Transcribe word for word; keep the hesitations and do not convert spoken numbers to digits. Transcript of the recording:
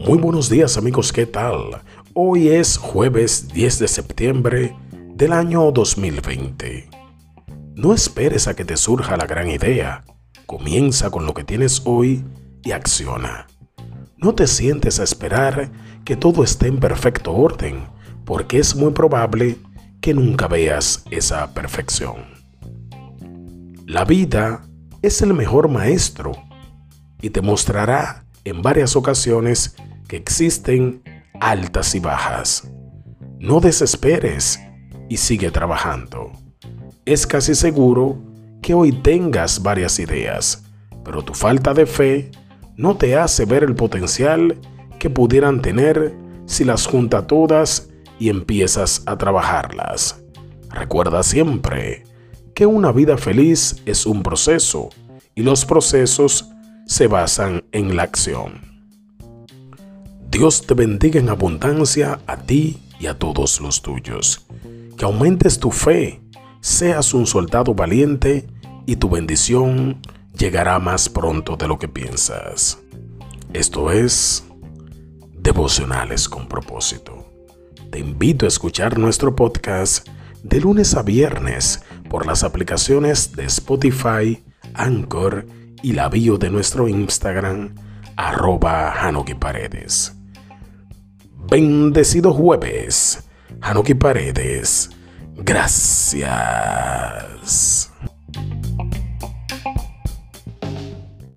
Muy buenos días amigos, ¿qué tal? Hoy es jueves diez de septiembre del año dos mil veinte. No esperes a que te surja la gran idea. Comienza con lo que tienes hoy y acciona. No te sientes a esperar que todo esté en perfecto orden, porque es muy probable que nunca veas esa perfección. La vida es el mejor maestro y te mostrará en varias ocasiones que existen altas y bajas. No desesperes y sigue trabajando. Es casi seguro que hoy tengas varias ideas, pero tu falta de fe no te hace ver el potencial que pudieran tener si las juntas todas y empiezas a trabajarlas. Recuerda siempre que una vida feliz es un proceso y los procesos se basan en la acción. Dios te bendiga en abundancia a ti y a todos los tuyos. Que aumentes tu fe, seas un soldado valiente y tu bendición llegará más pronto de lo que piensas. Esto es Devocionales con Propósito. Te invito a escuchar nuestro podcast de lunes a viernes por las aplicaciones de Spotify, Anchor y la bio de nuestro Instagram, arroba Hanoki Paredes. Bendecido jueves, Hanoki Paredes. Gracias.